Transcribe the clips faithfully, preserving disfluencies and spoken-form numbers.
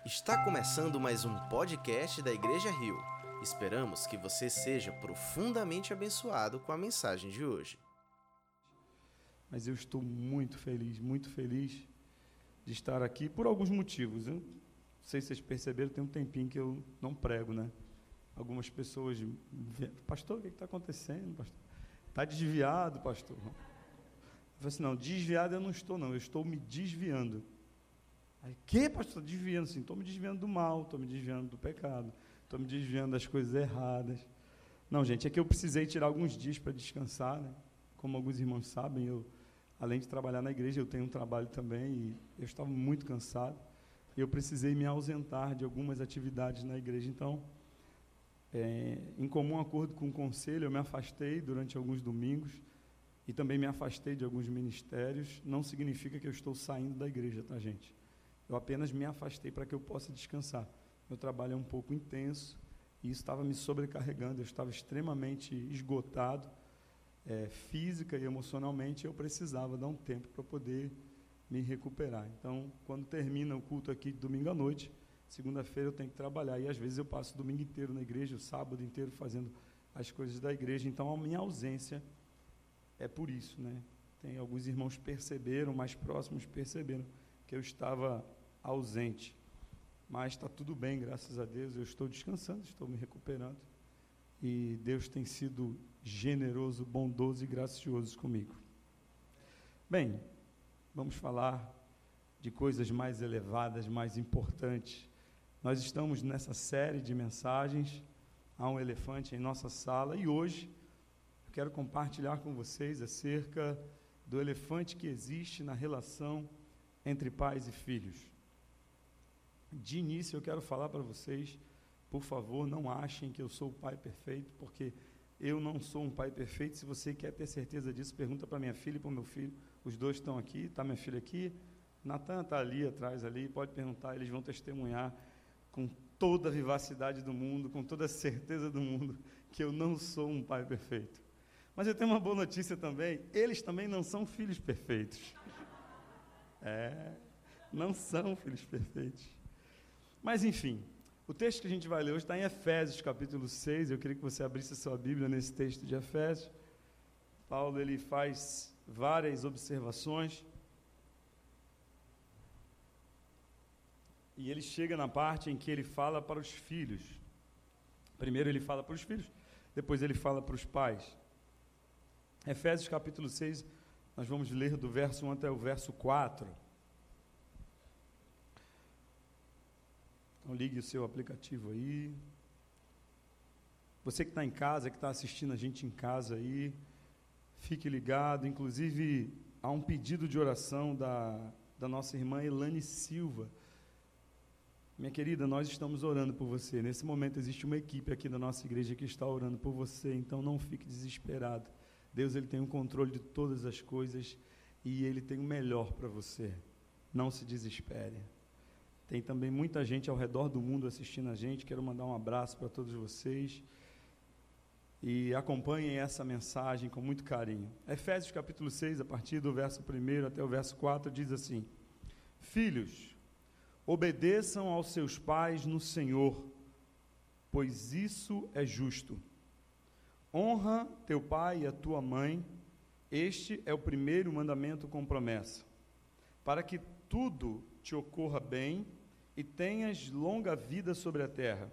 Está começando mais um podcast da Igreja Rio. Esperamos que você seja profundamente abençoado com a mensagem de hoje. Mas eu estou muito feliz, muito feliz de estar aqui por alguns motivos. Eu não sei se vocês perceberam, tem um tempinho que eu não prego, né? Algumas pessoas, pastor, o que está acontecendo, pastor? Está desviado, pastor? Eu falei assim, não, desviado eu não estou, não, eu estou me desviando. Aí, que, pastor? Desviando, assim, estou me desviando do mal, estou me desviando do pecado, estou me desviando das coisas erradas. Não, gente, é que eu precisei tirar alguns dias para descansar, né? Como alguns irmãos sabem, eu, além de trabalhar na igreja, eu tenho um trabalho também, e eu estava muito cansado, e eu precisei me ausentar de algumas atividades na igreja. Então, é, em comum acordo com o conselho, eu me afastei durante alguns domingos, e também me afastei de alguns ministérios. Não significa que eu estou saindo da igreja, tá, gente? Eu apenas me afastei para que eu possa descansar. Meu trabalho é um pouco intenso, e isso estava me sobrecarregando, eu estava extremamente esgotado, é, física e emocionalmente. Eu precisava dar um tempo para poder me recuperar. Então, quando termina o culto aqui de domingo à noite, segunda-feira eu tenho que trabalhar, e às vezes eu passo o domingo inteiro na igreja, o sábado inteiro fazendo as coisas da igreja. Então, a minha ausência é por isso, né? Tem alguns irmãos perceberam, mais próximos perceberam, que eu estava ausente, mas está tudo bem, graças a Deus. Eu estou descansando, estou me recuperando, e Deus tem sido generoso, bondoso e gracioso comigo. Bem, vamos falar de coisas mais elevadas, mais importantes. Nós estamos nessa série de mensagens, Há um Elefante em Nossa Sala, e hoje eu quero compartilhar com vocês acerca do elefante que existe na relação entre pais e filhos. De início eu quero falar para vocês, por favor, não achem que eu sou o pai perfeito, porque eu não sou um pai perfeito. Se você quer ter certeza disso, pergunta para minha filha e para o meu filho. Os dois estão aqui, está minha filha aqui, Natan está ali atrás, ali, pode perguntar, eles vão testemunhar com toda a vivacidade do mundo, com toda a certeza do mundo, que eu não sou um pai perfeito. Mas eu tenho uma boa notícia também, eles também não são filhos perfeitos. É, não são filhos perfeitos. Mas, enfim, o texto que a gente vai ler hoje está em Efésios, capítulo seis. Eu queria que você abrisse a sua Bíblia nesse texto de Efésios. Paulo, ele faz várias observações, e ele chega na parte em que ele fala para os filhos. Primeiro ele fala para os filhos, depois ele fala para os pais. Efésios, capítulo seis, nós vamos ler do verso um até o verso quatro. Então, ligue o seu aplicativo aí. Você que está em casa, que está assistindo a gente em casa aí, fique ligado. Inclusive, há um pedido de oração da, da nossa irmã Elane Silva. Minha querida, nós estamos orando por você. Nesse momento existe uma equipe aqui da nossa igreja que está orando por você, então não fique desesperado. Deus, ele tem o controle de todas as coisas, e ele tem o melhor para você. Não se desespere. Tem também muita gente ao redor do mundo assistindo a gente. Quero mandar um abraço para todos vocês, e acompanhem essa mensagem com muito carinho. Efésios capítulo seis, a partir do verso um até o verso quatro, diz assim: Filhos, obedeçam aos seus pais no Senhor, pois isso é justo. Honra teu pai e a tua mãe, este é o primeiro mandamento com promessa, para que tudo te ocorra bem e tenhas longa vida sobre a terra.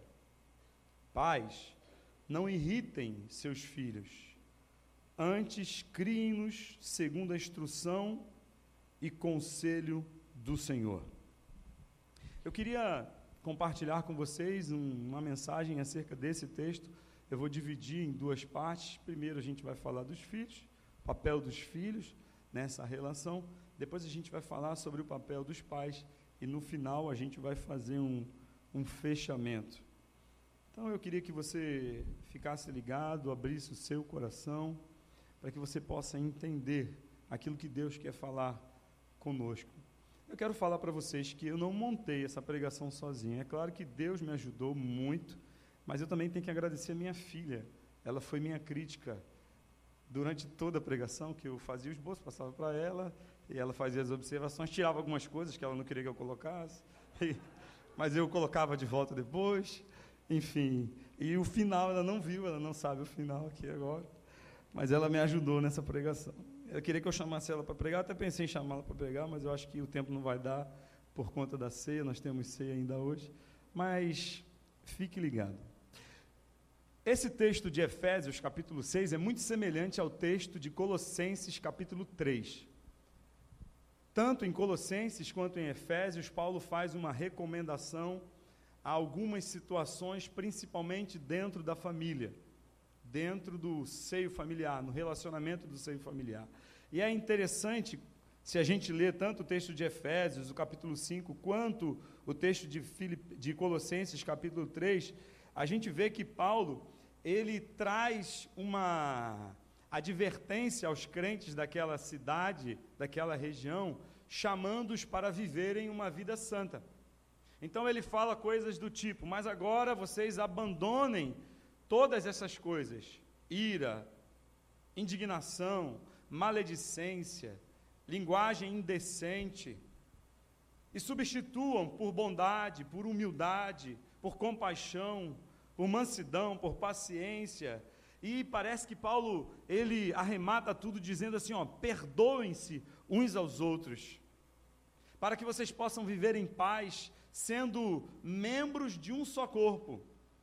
Pais, não irritem seus filhos, antes criem-nos segundo a instrução e conselho do Senhor. Eu queria compartilhar com vocês um, uma mensagem acerca desse texto. Eu vou dividir em duas partes. Primeiro a gente vai falar dos filhos, o papel dos filhos nessa relação. Depois a gente vai falar sobre o papel dos pais, e no final a gente vai fazer um, um fechamento. Então eu queria que você ficasse ligado, abrisse o seu coração, para que você possa entender aquilo que Deus quer falar conosco. Eu quero falar para vocês que eu não montei essa pregação sozinho. É claro que Deus me ajudou muito, mas eu também tenho que agradecer a minha filha. Ela foi minha crítica durante toda a pregação, que eu fazia os esboço, passava para ela, e ela fazia as observações, tirava algumas coisas que ela não queria que eu colocasse, e mas eu colocava de volta depois, enfim. E o final ela não viu, ela não sabe o final aqui agora, mas ela me ajudou nessa pregação. Eu queria que eu chamasse ela para pregar, até pensei em chamá-la para pregar, mas eu acho que o tempo não vai dar por conta da ceia, nós temos ceia ainda hoje, mas fique ligado. Esse texto de Efésios, capítulo seis, é muito semelhante ao texto de Colossenses, capítulo três. Tanto em Colossenses quanto em Efésios, Paulo faz uma recomendação a algumas situações, principalmente dentro da família, dentro do seio familiar, no relacionamento do seio familiar. E é interessante, se a gente lê tanto o texto de Efésios, o capítulo cinco, quanto o texto de, Filip, de Colossenses, capítulo três, a gente vê que Paulo, ele traz uma advertência aos crentes daquela cidade, daquela região, chamando-os para viverem uma vida santa. Então ele fala coisas do tipo, mas agora vocês abandonem todas essas coisas, ira, indignação, maledicência, linguagem indecente, e substituam por bondade, por humildade, por compaixão, por mansidão, por paciência. E parece que Paulo, ele arremata tudo dizendo assim, ó, perdoem-se uns aos outros, para que vocês possam viver em paz, sendo membros de um só corpo,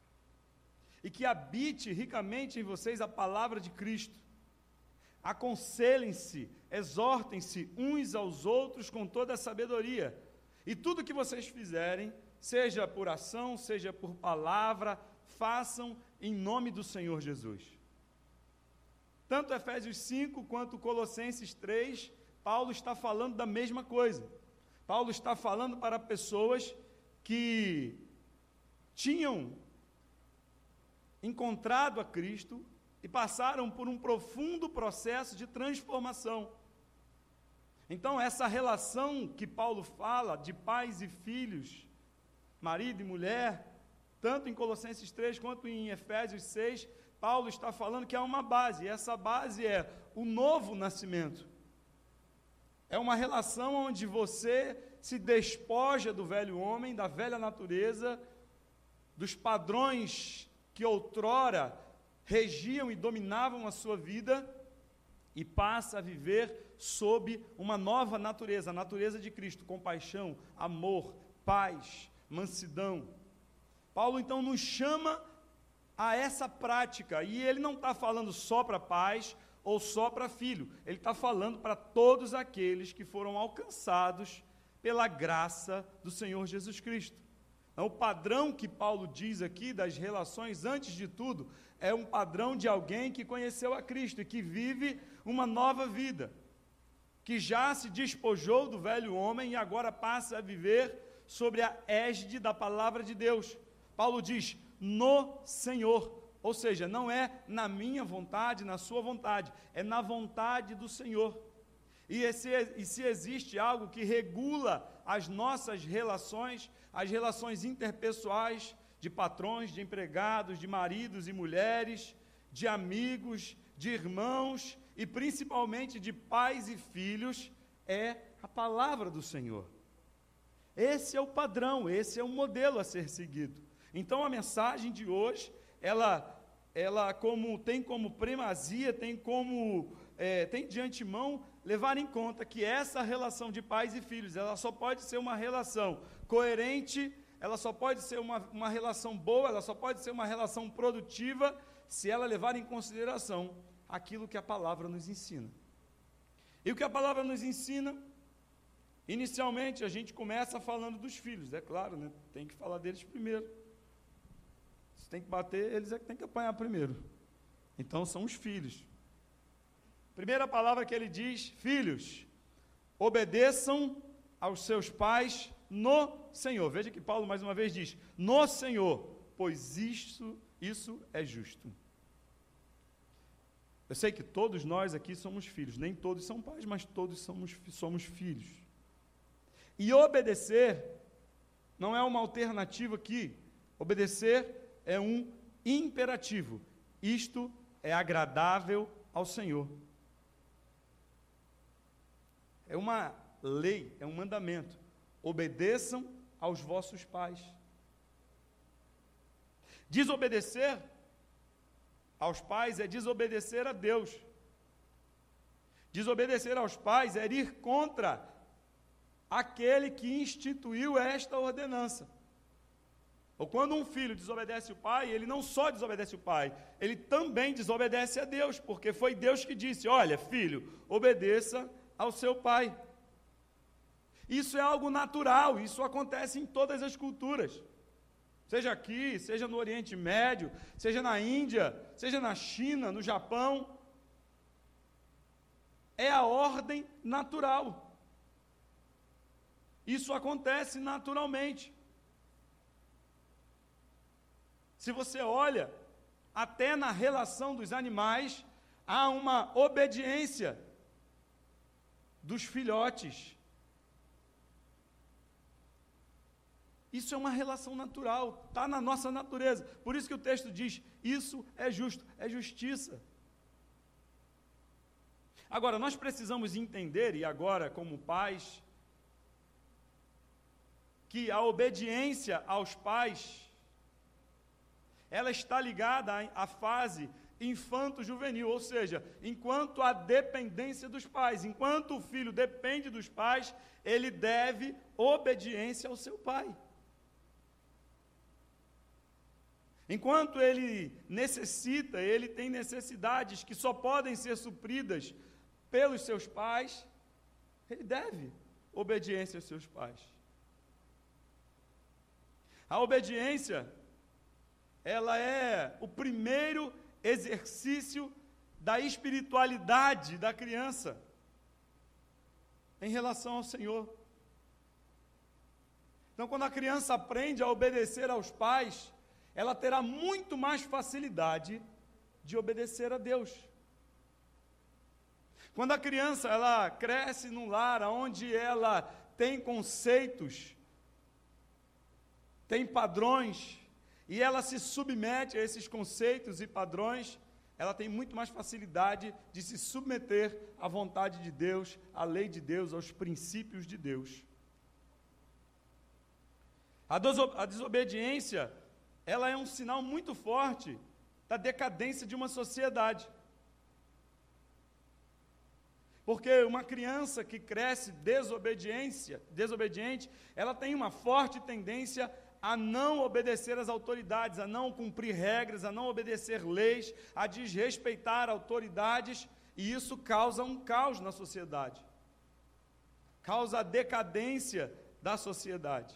e que habite ricamente em vocês a palavra de Cristo. Aconselhem-se, exortem-se uns aos outros com toda a sabedoria, e tudo que vocês fizerem, seja por ação, seja por palavra, façam em nome do Senhor Jesus. Tanto Efésios cinco quanto Colossenses três, Paulo está falando da mesma coisa. Paulo está falando para pessoas que tinham encontrado a Cristo e passaram por um profundo processo de transformação. Então, essa relação que Paulo fala de pais e filhos, marido e mulher, tanto em Colossenses três quanto em Efésios seis, Paulo está falando que há uma base, e essa base é o novo nascimento. É uma relação onde você se despoja do velho homem, da velha natureza, dos padrões que outrora regiam e dominavam a sua vida, e passa a viver sob uma nova natureza, a natureza de Cristo, compaixão, amor, paz, mansidão. Paulo então nos chama a essa prática, e ele não está falando só para pais ou só para filho, ele está falando para todos aqueles que foram alcançados pela graça do Senhor Jesus Cristo. Então, o padrão que Paulo diz aqui das relações, antes de tudo, é um padrão de alguém que conheceu a Cristo e que vive uma nova vida, que já se despojou do velho homem e agora passa a viver sobre a égide da palavra de Deus. Paulo diz, no Senhor, ou seja, não é na minha vontade, na sua vontade, é na vontade do Senhor. E, esse, e se existe algo que regula as nossas relações, as relações interpessoais, de patrões, de empregados, de maridos e mulheres, de amigos, de irmãos e principalmente de pais e filhos, é a palavra do Senhor. Esse é o padrão, esse é o modelo a ser seguido. Então a mensagem de hoje, ela, ela como, tem como primazia, tem como, é, tem de antemão, levar em conta que essa relação de pais e filhos, ela só pode ser uma relação coerente, ela só pode ser uma, uma relação boa, ela só pode ser uma relação produtiva, se ela levar em consideração aquilo que a palavra nos ensina. E o que a palavra nos ensina, inicialmente a gente começa falando dos filhos, é claro, né? Tem que falar deles primeiro. Se tem que bater, eles é que tem que apanhar primeiro. Então são os filhos. Primeira palavra que ele diz, filhos, obedeçam aos seus pais no Senhor. Veja que Paulo mais uma vez diz, no Senhor, pois isso, isso é justo. Eu sei que todos nós aqui somos filhos, nem todos são pais, mas todos somos, somos filhos. E obedecer não é uma alternativa aqui, obedecer é um imperativo, isto é agradável ao Senhor. É uma lei, é um mandamento. Obedeçam aos vossos pais. Desobedecer aos pais é desobedecer a Deus. Desobedecer aos pais é ir contra aquele que instituiu esta ordenança. Ou quando um filho desobedece o pai, ele não só desobedece o pai, ele também desobedece a Deus, porque foi Deus que disse: olha, filho, obedeça ao seu pai. Isso é algo natural, isso acontece em todas as culturas. Seja aqui, seja no Oriente Médio, seja na Índia, seja na China, no Japão. É a ordem natural. Isso acontece naturalmente. Se você olha, até na relação dos animais, há uma obediência dos filhotes. Isso é uma relação natural, está na nossa natureza. Por isso que o texto diz, isso é justo, é justiça. Agora, nós precisamos entender, e agora como pais, que a obediência aos pais, ela está ligada à, à fase infanto-juvenil, ou seja, enquanto a dependência dos pais, enquanto o filho depende dos pais, ele deve obediência ao seu pai. Enquanto ele necessita, ele tem necessidades que só podem ser supridas pelos seus pais, ele deve obediência aos seus pais. A obediência, ela é o primeiro exercício da espiritualidade da criança em relação ao Senhor. Então, quando a criança aprende a obedecer aos pais, ela terá muito mais facilidade de obedecer a Deus. Quando a criança ela cresce num lar onde ela tem conceitos, tem padrões, e ela se submete a esses conceitos e padrões, ela tem muito mais facilidade de se submeter à vontade de Deus, à lei de Deus, aos princípios de Deus. A, deso- a desobediência, ela é um sinal muito forte da decadência de uma sociedade. Porque uma criança que cresce desobediência, desobediente, ela tem uma forte tendência a não obedecer às autoridades, a não cumprir regras, a não obedecer leis, a desrespeitar autoridades, e isso causa um caos na sociedade. Causa a decadência da sociedade.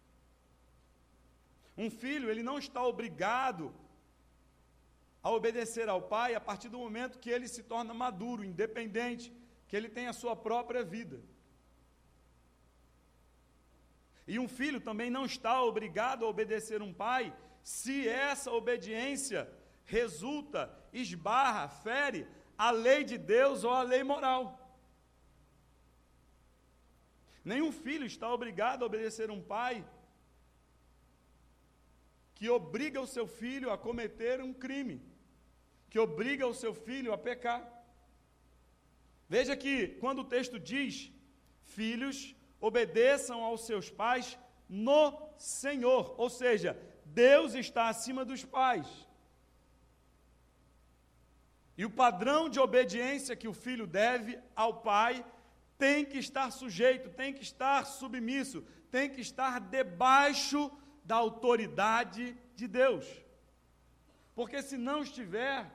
Um filho, ele não está obrigado a obedecer ao pai a partir do momento que ele se torna maduro, independente, que ele tem a sua própria vida. E um filho também não está obrigado a obedecer um pai se essa obediência resulta, esbarra, fere a lei de Deus ou a lei moral. Nenhum filho está obrigado a obedecer um pai que obriga o seu filho a cometer um crime, que obriga o seu filho a pecar. Veja que quando o texto diz, filhos, obedeçam aos seus pais no Senhor, ou seja, Deus está acima dos pais. E o padrão de obediência que o filho deve ao pai tem que estar sujeito, tem que estar submisso, tem que estar debaixo da autoridade de Deus. Porque se não estiver,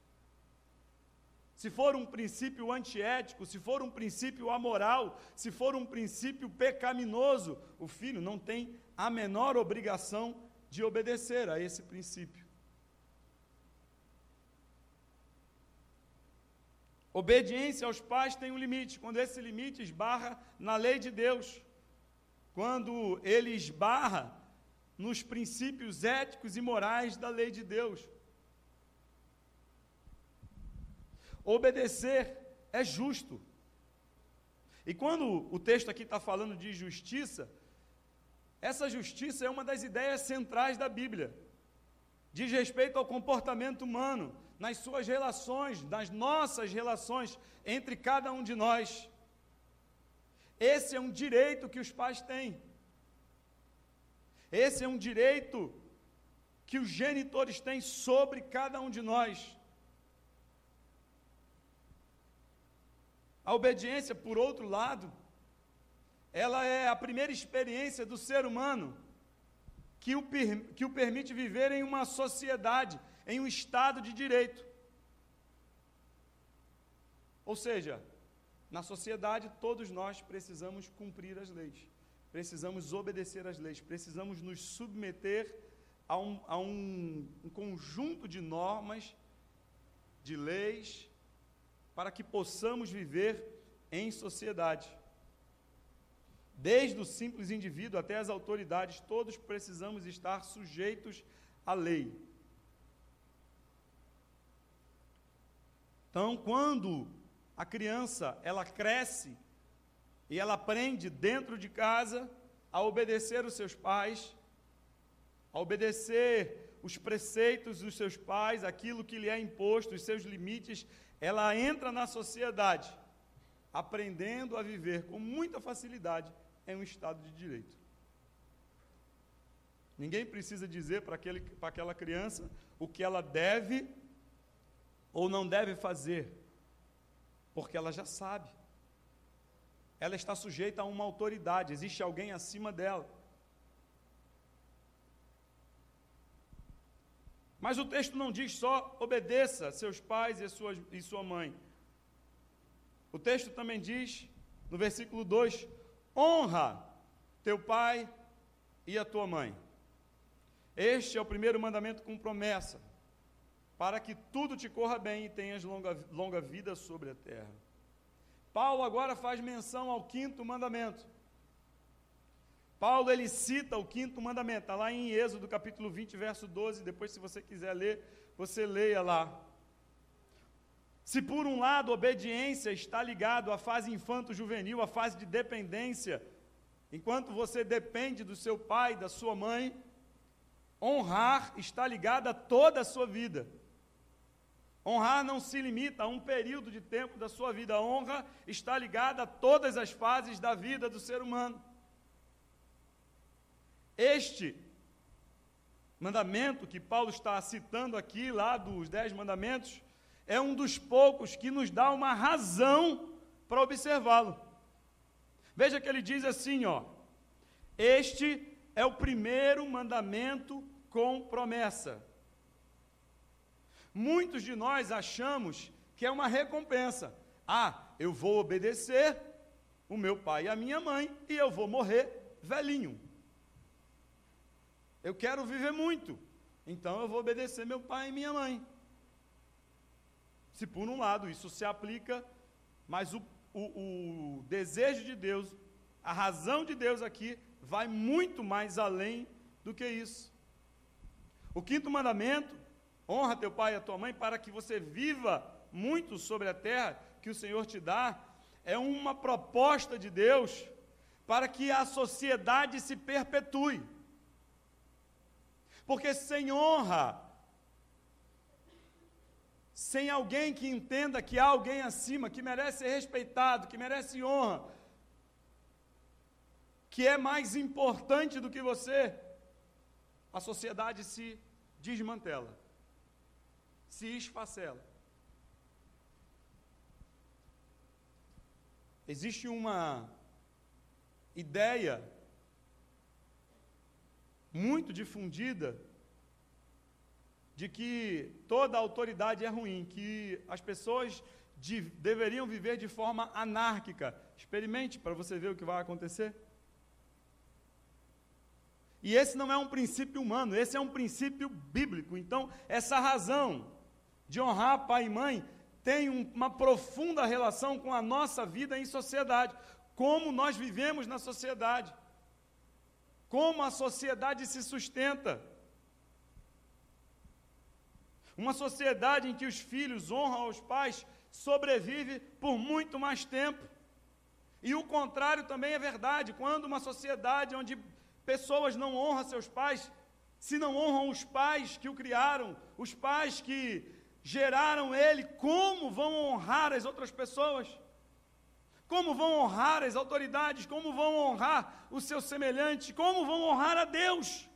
se for um princípio antiético, se for um princípio amoral, se for um princípio pecaminoso, o filho não tem a menor obrigação de obedecer a esse princípio. Obediência aos pais tem um limite, quando esse limite esbarra na lei de Deus, quando ele esbarra nos princípios éticos e morais da lei de Deus. Obedecer é justo. E quando o texto aqui está falando de justiça, essa justiça é uma das ideias centrais da Bíblia. Diz respeito ao comportamento humano, nas suas relações, nas nossas relações entre cada um de nós. Esse é um direito que os pais têm. Esse é um direito que os genitores têm sobre cada um de nós. A obediência, por outro lado, ela é a primeira experiência do ser humano que o, que o permite viver em uma sociedade, em um estado de direito. Ou seja, na sociedade todos nós precisamos cumprir as leis, precisamos obedecer às leis, precisamos nos submeter a um, a um, um conjunto de normas, de leis, para que possamos viver em sociedade. Desde o simples indivíduo até as autoridades, todos precisamos estar sujeitos à lei. Então, quando a criança, ela cresce e ela aprende dentro de casa a obedecer os seus pais, a obedecer os preceitos dos seus pais, aquilo que lhe é imposto, os seus limites, ela entra na sociedade, aprendendo a viver com muita facilidade em um estado de direito. Ninguém precisa dizer para aquele, para aquela criança o que ela deve ou não deve fazer, porque ela já sabe. Ela está sujeita a uma autoridade, existe alguém acima dela. Mas o texto não diz só obedeça a seus pais e, a sua, e sua mãe. O texto também diz, no versículo dois, honra teu pai e a tua mãe. Este é o primeiro mandamento com promessa, para que tudo te corra bem e tenhas longa, longa vida sobre a terra. Paulo agora faz menção ao quinto mandamento. Paulo, ele cita o quinto mandamento, está lá em Êxodo capítulo vinte, verso doze, depois se você quiser ler, você leia lá. Se por um lado a obediência está ligado à fase infanto-juvenil, à fase de dependência, enquanto você depende do seu pai, da sua mãe, honrar está ligado a toda a sua vida. Honrar não se limita a um período de tempo da sua vida, a honra está ligada a todas as fases da vida do ser humano. Este mandamento que Paulo está citando aqui, lá dos dez mandamentos, é um dos poucos que nos dá uma razão para observá-lo. Veja que ele diz assim, ó, este é o primeiro mandamento com promessa. Muitos de nós achamos que é uma recompensa. Ah, eu vou obedecer o meu pai e a minha mãe e eu vou morrer velhinho. Eu quero viver muito, então eu vou obedecer meu pai e minha mãe. Se por um lado isso se aplica, mas o, o, o desejo de Deus, a razão de Deus aqui, vai muito mais além do que isso. O quinto mandamento, honra teu pai e a tua mãe, para que você viva muito sobre a terra que o Senhor te dá, é uma proposta de Deus para que a sociedade se perpetue. Porque sem honra, sem alguém que entenda que há alguém acima, que merece ser respeitado, que merece honra, que é mais importante do que você, a sociedade se desmantela, se esfacela. Existe uma ideia muito difundida de que toda autoridade é ruim, que as pessoas de, deveriam viver de forma anárquica. Experimente para você ver o que vai acontecer. E esse não é um princípio humano, esse é um princípio bíblico. Então, essa razão de honrar pai e mãe tem um, uma profunda relação com a nossa vida em sociedade, como nós vivemos na sociedade, como a sociedade se sustenta. Uma sociedade em que os filhos honram os pais sobrevive por muito mais tempo. E o contrário também é verdade. Quando uma sociedade onde pessoas não honram seus pais, se não honram os pais que o criaram, os pais que geraram ele, como vão honrar as outras pessoas? Como vão honrar as autoridades? Como vão honrar os seus semelhantes? Como vão honrar a Deus?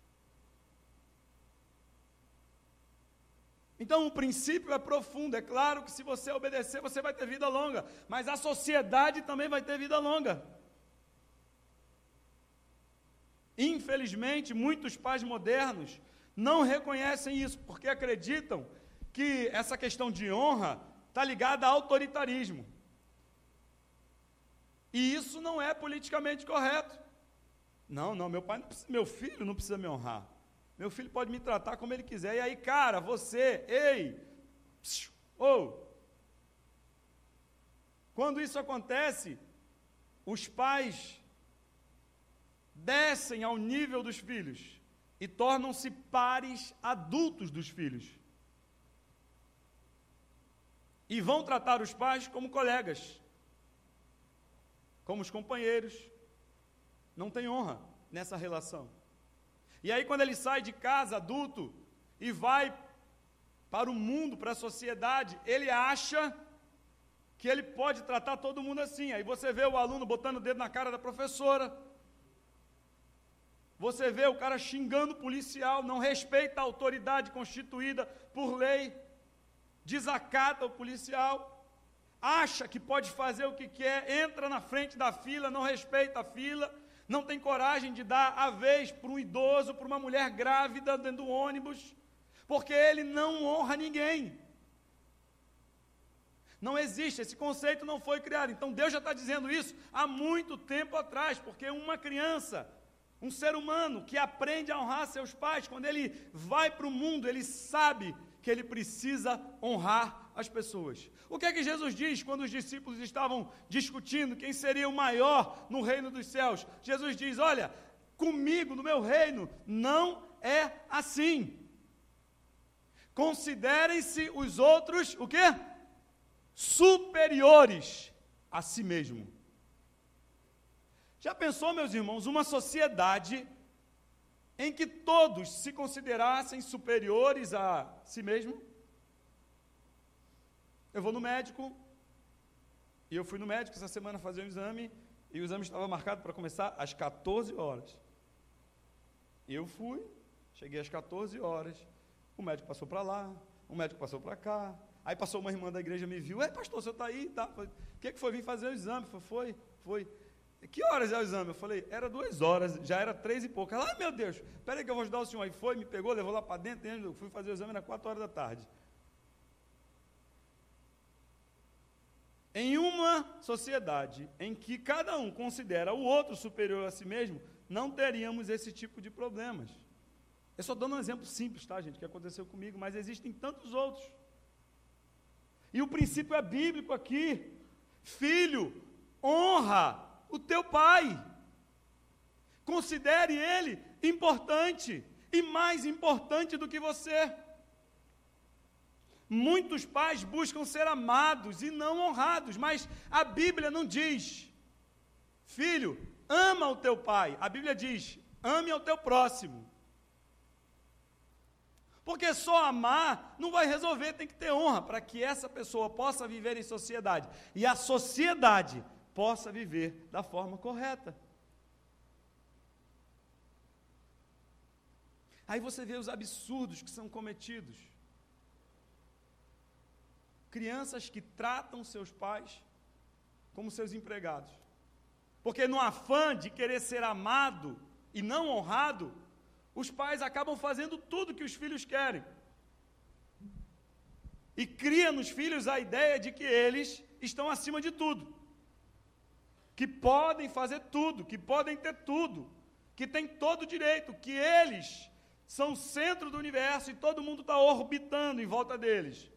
Então, o princípio é profundo. É claro que se você obedecer, você vai ter vida longa. Mas a sociedade também vai ter vida longa. Infelizmente, muitos pais modernos não reconhecem isso, porque acreditam que essa questão de honra está ligada ao autoritarismo. E isso não é politicamente correto. Não, não, meu pai não precisa, meu filho não precisa me honrar. Meu filho pode me tratar como ele quiser. E aí, cara, você, ei, ou, oh, quando isso acontece, os pais descem ao nível dos filhos e tornam-se pares adultos dos filhos. E vão tratar os pais como colegas, como os companheiros. Não tem honra nessa relação. E aí, quando ele sai de casa, adulto, e vai para o mundo, para a sociedade, ele acha que ele pode tratar todo mundo assim. Aí você vê o aluno botando o dedo na cara da professora, você vê o cara xingando o policial, não respeita a autoridade constituída por lei, desacata o policial, acha que pode fazer o que quer, entra na frente da fila, não respeita a fila, não tem coragem de dar a vez para um idoso, para uma mulher grávida dentro do ônibus, porque ele não honra ninguém. Não existe, esse conceito não foi criado. Então Deus já está dizendo isso há muito tempo atrás, porque uma criança, um ser humano que aprende a honrar seus pais, quando ele vai para o mundo, ele sabe que ele precisa honrar as pessoas. O que é que Jesus diz quando os discípulos estavam discutindo quem seria o maior no reino dos céus? Jesus diz, olha, comigo, no meu reino, não é assim. Considerem-se os outros, o quê? Superiores a si mesmo. Já pensou, meus irmãos, uma sociedade em que todos se considerassem superiores a si mesmo? Eu vou no médico, e eu fui no médico essa semana fazer um exame, e o exame estava marcado para começar às quatorze horas. Eu fui, cheguei às quatorze horas, o médico passou para lá, o médico passou para cá, aí passou uma irmã da igreja, me viu, ei, pastor, o senhor está aí? Tá. O que, que foi? Vim fazer o exame. Foi, foi, foi. Que horas é o exame? Eu falei, era duas horas, já era três e pouco. Ela, ah, meu Deus, espera aí que eu vou ajudar o senhor. Aí foi, me pegou, levou lá para dentro, eu fui fazer o exame, era quatro horas da tarde. Em uma sociedade em que cada um considera o outro superior a si mesmo, não teríamos esse tipo de problemas. Eu só dando um exemplo simples, tá, gente, que aconteceu comigo, mas existem tantos outros. E o princípio é bíblico aqui. Filho, honra o teu pai. Considere ele importante e mais importante do que você. Muitos pais buscam ser amados e não honrados, mas a Bíblia não diz, filho, ama o teu pai. A Bíblia diz, ame ao teu próximo. Porque só amar não vai resolver, tem que ter honra para que essa pessoa possa viver em sociedade e a sociedade possa viver da forma correta. Aí você vê os absurdos que são cometidos. Crianças que tratam seus pais como seus empregados. Porque no afã de querer ser amado e não honrado, os pais acabam fazendo tudo que os filhos querem. E cria nos filhos a ideia de que eles estão acima de tudo. Que podem fazer tudo, que podem ter tudo, que têm todo o direito, que eles são o centro do universo e todo mundo está orbitando em volta deles.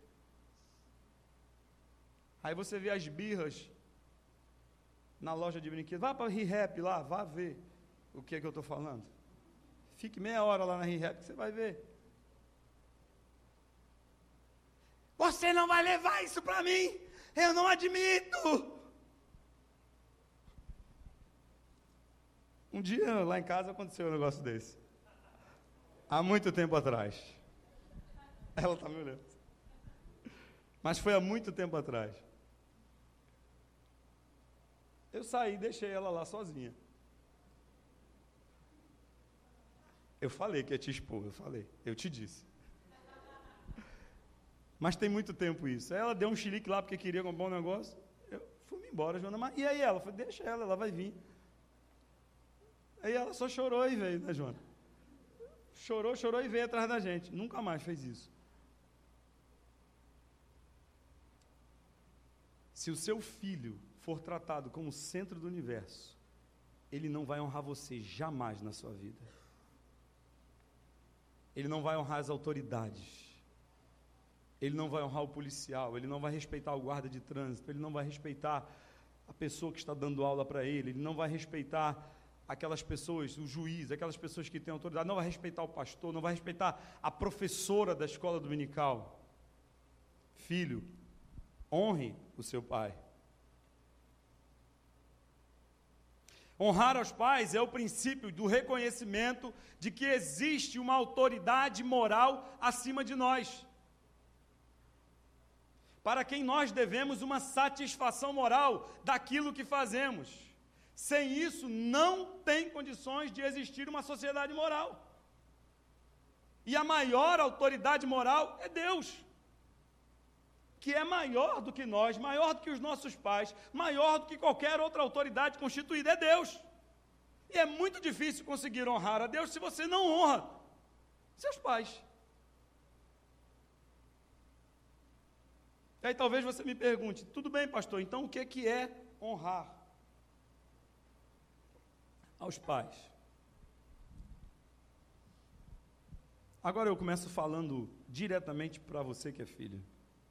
Aí você vê as birras na loja de brinquedos. Vá para a ReHap lá, vá ver o que é que eu estou falando. Fique meia hora lá na ReHap que você vai ver. Você não vai levar isso para mim, eu não admito. Um dia lá em casa aconteceu um negócio desse. Há muito tempo atrás. Ela está me olhando. Mas foi há muito tempo atrás. Eu saí e deixei ela lá sozinha. Eu falei que ia te expor, eu falei, eu te disse. Mas tem muito tempo isso. Aí ela deu um chilique lá porque queria comprar um negócio. Eu fui embora, Joana. Mas, e aí ela? Eu falei, deixa ela, ela vai vir. Aí ela só chorou e veio, né, Joana? Chorou, chorou e veio atrás da gente. Nunca mais fez isso. Se o seu filho for tratado como o centro do universo, ele não vai honrar você jamais na sua vida. Ele não vai honrar as autoridades. Ele não vai honrar o policial, ele não vai respeitar o guarda de trânsito, ele não vai respeitar a pessoa que está dando aula para ele, ele não vai respeitar aquelas pessoas, o juiz, aquelas pessoas que têm autoridade, não vai respeitar o pastor, não vai respeitar a professora da escola dominical. Filho, honre o seu pai. Honrar aos pais é o princípio do reconhecimento de que existe uma autoridade moral acima de nós, para quem nós devemos uma satisfação moral daquilo que fazemos. Sem isso, não tem condições de existir uma sociedade moral. E a maior autoridade moral é Deus, que é maior do que nós, maior do que os nossos pais, maior do que qualquer outra autoridade constituída, é Deus. E é muito difícil conseguir honrar a Deus se você não honra seus pais. E aí talvez você me pergunte, tudo bem, pastor, então o que é, que é honrar aos pais? Agora eu começo falando diretamente para você que é filho.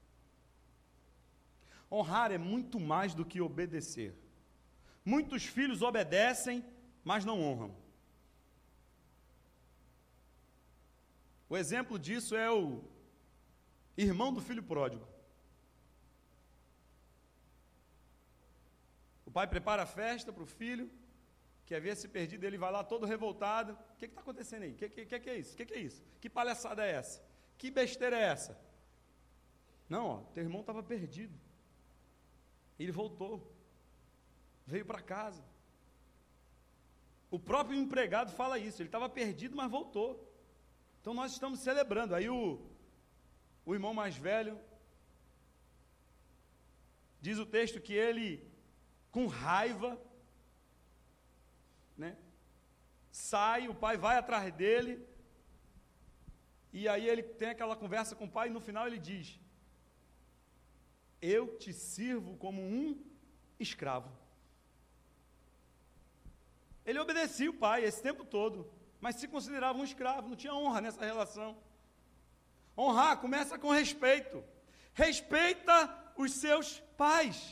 Honrar é muito mais do que obedecer. Muitos filhos obedecem, mas não honram. O exemplo disso é o irmão do filho pródigo. O pai prepara a festa para o filho, que havia se perdido, ele vai lá todo revoltado. O que está acontecendo aí? O que, que, que, que é isso? O que, que é isso? Que palhaçada é essa? Que besteira é essa? Não, ó, teu irmão estava perdido. Ele voltou, veio para casa. O próprio empregado fala isso, ele estava perdido, mas voltou. Então nós estamos celebrando. Aí o, o irmão mais velho, diz o texto que ele, com raiva, né, sai, o pai vai atrás dele, e aí ele tem aquela conversa com o pai, e no final ele diz: eu te sirvo como um escravo. Ele obedecia o pai esse tempo todo, mas se considerava um escravo, não tinha honra nessa relação. Honrar começa com respeito. Respeita os seus pais.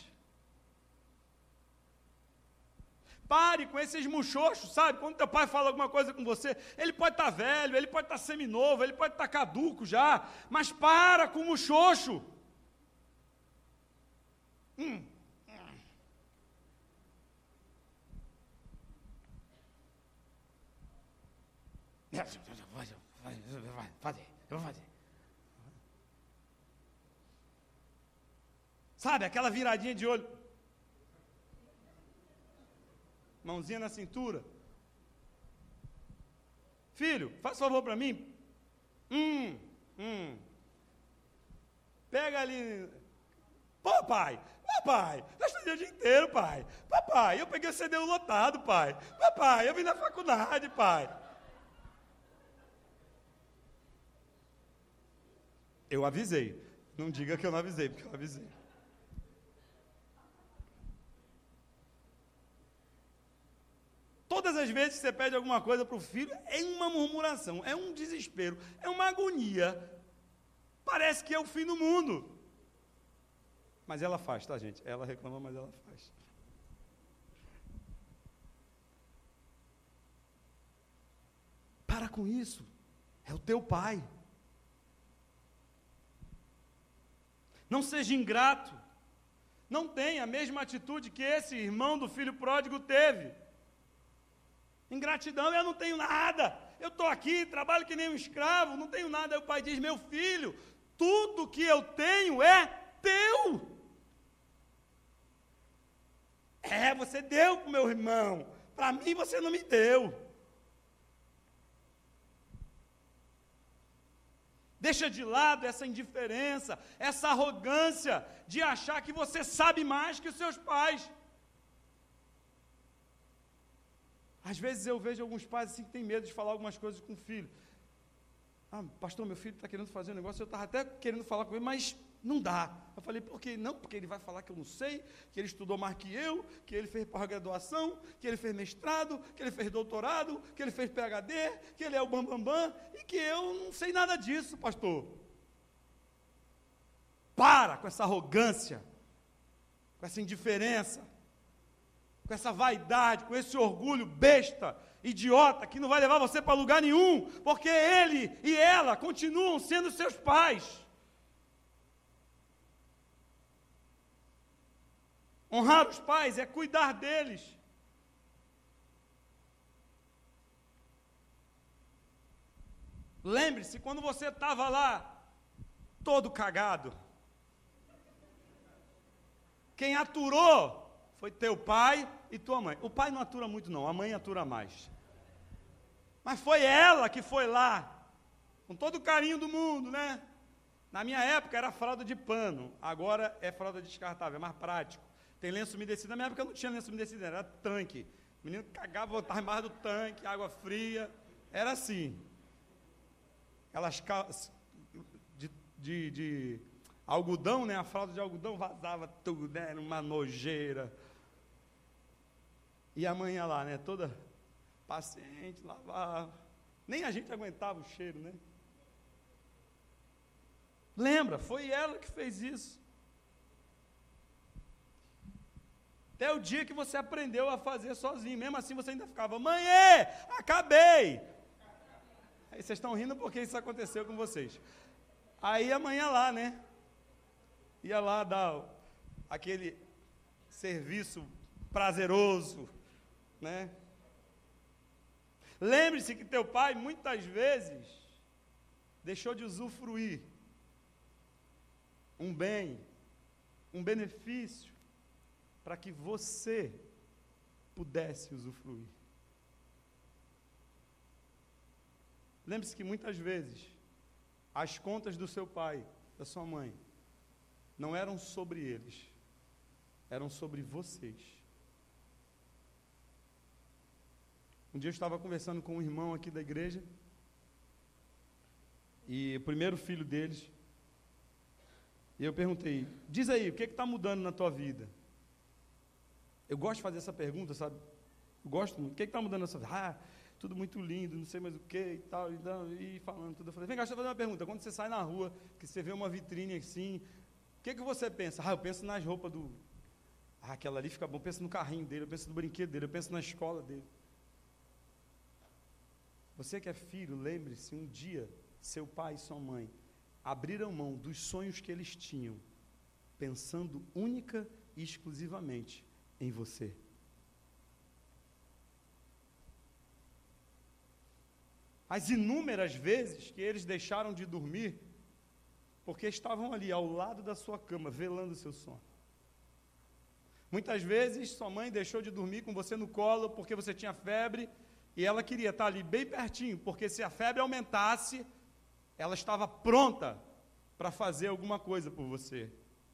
Pare com esses muxoxos, sabe? Quando teu pai fala alguma coisa com você, ele pode estar velho, ele pode estar seminovo, ele pode estar caduco já, mas para com o muxoxo. Hum. Vai fazer, eu vou fazer. Sabe, aquela viradinha de olho. Mãozinha na cintura. Filho, faz favor para mim. Hum, hum. Pega ali. Pô, pai, papai, nós estudamos o dia inteiro, pai. Papai, eu peguei o C D U lotado, pai. Papai, eu vim na faculdade, pai. Eu avisei. Não diga que eu não avisei, porque eu avisei. Todas as vezes que você pede alguma coisa para o filho, é uma murmuração, é um desespero, é uma agonia. Parece que é o fim do mundo. Mas ela faz, tá, gente? Ela reclama, mas ela faz. Para com isso. É o teu pai. Não seja ingrato. Não tenha a mesma atitude que esse irmão do filho pródigo teve. Ingratidão, eu não tenho nada. Eu estou aqui, trabalho que nem um escravo, não tenho nada. Aí o pai diz: meu filho, tudo que eu tenho é teu. É, você deu para o meu irmão, para mim você não me deu. Deixa de lado essa indiferença, essa arrogância de achar que você sabe mais que os seus pais. Às vezes eu vejo alguns pais assim que têm medo de falar algumas coisas com o filho. Ah, pastor, meu filho está querendo fazer um negócio, eu estava até querendo falar com ele, mas não dá. Eu falei, por quê? Não, porque ele vai falar que eu não sei, que ele estudou mais que eu, que ele fez pós-graduação, que ele fez mestrado, que ele fez doutorado, que ele fez P H D, que ele é o bambambam, bam, bam, e que eu não sei nada disso, pastor. Para com essa arrogância, com essa indiferença, com essa vaidade, com esse orgulho besta, idiota, que não vai levar você para lugar nenhum, porque ele e ela continuam sendo seus pais. Honrar os pais é cuidar deles. Lembre-se, quando você estava lá, todo cagado, quem aturou foi teu pai e tua mãe. O pai não atura muito não, a mãe atura mais. Mas foi ela que foi lá, com todo o carinho do mundo, né? Na minha época era fralda de pano, agora é fralda descartável, é mais prático. Tem lenço umedecido, na minha época não tinha lenço umedecido, era tanque. O menino cagava, voltava embaixo do tanque, água fria, era assim. Aquelas calças de, de, de algodão, né? A fralda de algodão vazava tudo, né? Era uma nojeira. E a mãe ia lá, né? Toda paciente, lavava. Nem a gente aguentava o cheiro, né? Lembra, foi ela que fez isso. Até o dia que você aprendeu a fazer sozinho. Mesmo assim você ainda ficava, mãe, acabei. Aí vocês estão rindo porque isso aconteceu com vocês. Aí a mãe ia lá, né? Ia lá dar aquele serviço prazeroso, né? Lembre-se que teu pai, muitas vezes, deixou de usufruir um bem, um benefício, para que você pudesse usufruir. Lembre-se que muitas vezes, as contas do seu pai, da sua mãe, não eram sobre eles, eram sobre vocês. Um dia eu estava conversando com um irmão aqui da igreja, e o primeiro filho deles, e eu perguntei, diz aí, o que está mudando na tua vida? Eu gosto de fazer essa pergunta, sabe? Eu gosto muito. O que está mudando na sua vida? Ah, tudo muito lindo, não sei mais o que e tal, e, tal, e falando tudo. Eu falei, vem cá, deixa eu fazer uma pergunta. Quando você sai na rua, que você vê uma vitrine assim, o que, que você pensa? Ah, eu penso nas roupas do... Ah, aquela ali fica bom. Eu penso no carrinho dele, eu penso no brinquedo dele, eu penso na escola dele. Você que é filho, lembre-se, um dia, seu pai e sua mãe abriram mão dos sonhos que eles tinham, pensando única e exclusivamente em você. As inúmeras vezes que eles deixaram de dormir, porque estavam ali ao lado da sua cama, velando o seu sono. Muitas vezes sua mãe deixou de dormir com você no colo, porque você tinha febre, e ela queria estar ali bem pertinho, porque se a febre aumentasse, ela estava pronta para fazer alguma coisa por você.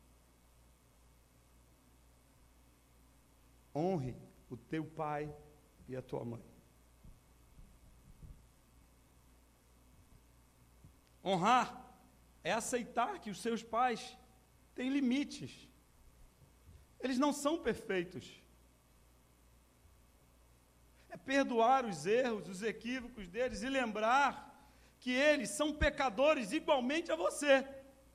Honre o teu pai e a tua mãe. Honrar é aceitar que os seus pais têm limites. Eles não são perfeitos. É perdoar os erros, os equívocos deles e lembrar que eles são pecadores igualmente a você.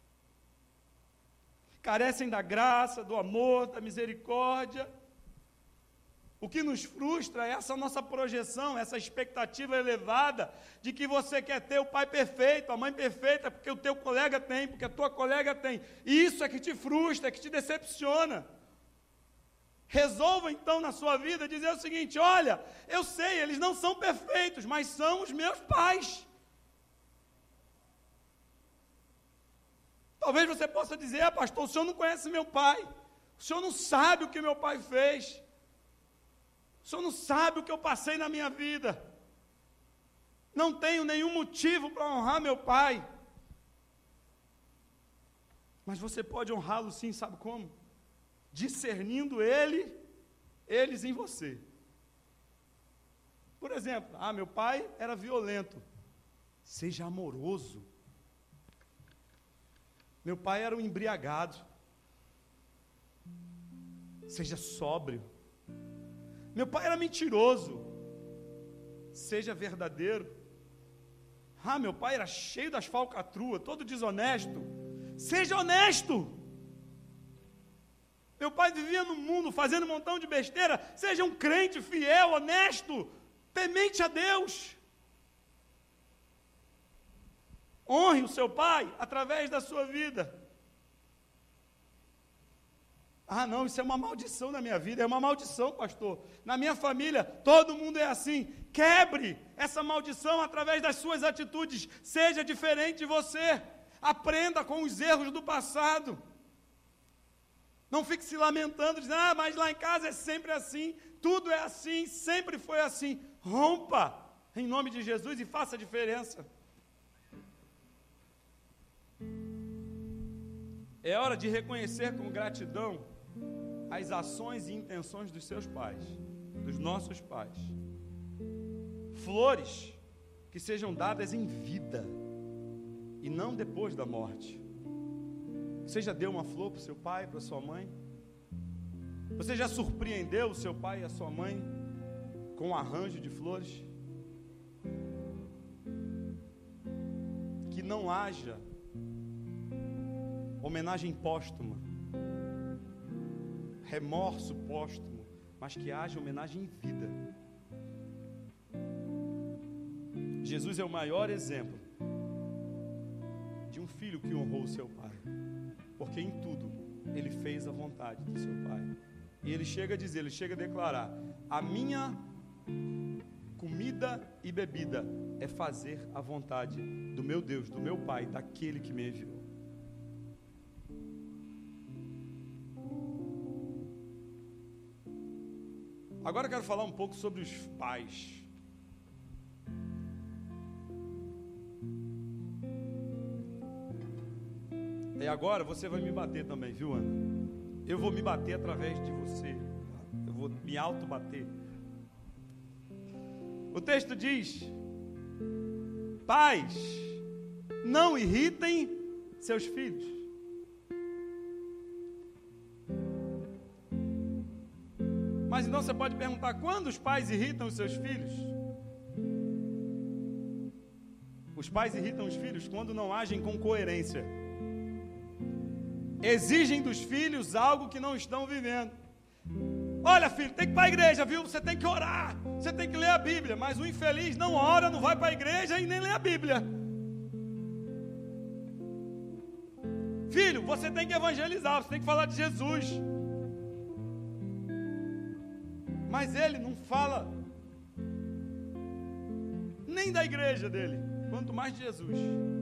Carecem da graça, do amor, da misericórdia. O que nos frustra é essa nossa projeção, essa expectativa elevada de que você quer ter o pai perfeito, a mãe perfeita, porque o teu colega tem, porque a tua colega tem. E isso é que te frustra, é que te decepciona. Resolva então na sua vida dizer o seguinte, olha, eu sei, eles não são perfeitos, mas são os meus pais. Talvez você possa dizer, ah, pastor, o senhor não conhece meu pai, o senhor não sabe o que meu pai fez. O senhor não sabe o que eu passei na minha vida. Não tenho nenhum motivo para honrar meu pai. Mas você pode honrá-lo sim, sabe como? Discernindo ele, eles em você. Por exemplo, ah, meu pai era violento. Seja amoroso. Meu pai era um embriagado. Seja sóbrio. Meu pai era mentiroso. Seja verdadeiro. Ah, meu pai era cheio das falcatruas, todo desonesto. Seja honesto. Meu pai vivia no mundo fazendo um montão de besteira. Seja um crente fiel, honesto, temente a Deus. Honre o seu pai através da sua vida. Ah, não, isso é uma maldição na minha vida. É uma maldição, pastor. Na minha família, todo mundo é assim. Quebre essa maldição através das suas atitudes. Seja diferente de você. Aprenda com os erros do passado. Não fique se lamentando, dizendo, ah, mas lá em casa é sempre assim. Tudo é assim, sempre foi assim. Rompa em nome de Jesus e faça a diferença. É hora de reconhecer com gratidão as ações e intenções dos seus pais, dos nossos pais. Flores que sejam dadas em vida e não depois da morte. Você já deu uma flor para o seu pai, para a sua mãe? Você já surpreendeu o seu pai e a sua mãe com um arranjo de flores? Que não haja homenagem póstuma, remorso póstumo, mas que haja homenagem em vida. Jesus é o maior exemplo de um filho que honrou o seu pai, porque em tudo ele fez a vontade do seu pai. E ele chega a dizer, ele chega a declarar: a minha comida e bebida é fazer a vontade do meu Deus, do meu Pai, daquele que me enviou. Agora eu quero falar um pouco sobre os pais. E agora você vai me bater também, viu, Ana? Eu vou me bater através de você. Eu vou me auto-bater. O texto diz: pais, não irritem seus filhos. Mas então você pode perguntar: quando os pais irritam os seus filhos? Os pais irritam os filhos quando não agem com coerência. Exigem dos filhos algo que não estão vivendo. Olha, filho, tem que ir para a igreja, viu? Você tem que orar, você tem que ler a Bíblia. Mas o infeliz não ora, não vai para a igreja e nem lê a Bíblia. Filho, você tem que evangelizar, você tem que falar de Jesus. Mas ele não fala nem da igreja dele, quanto mais de Jesus.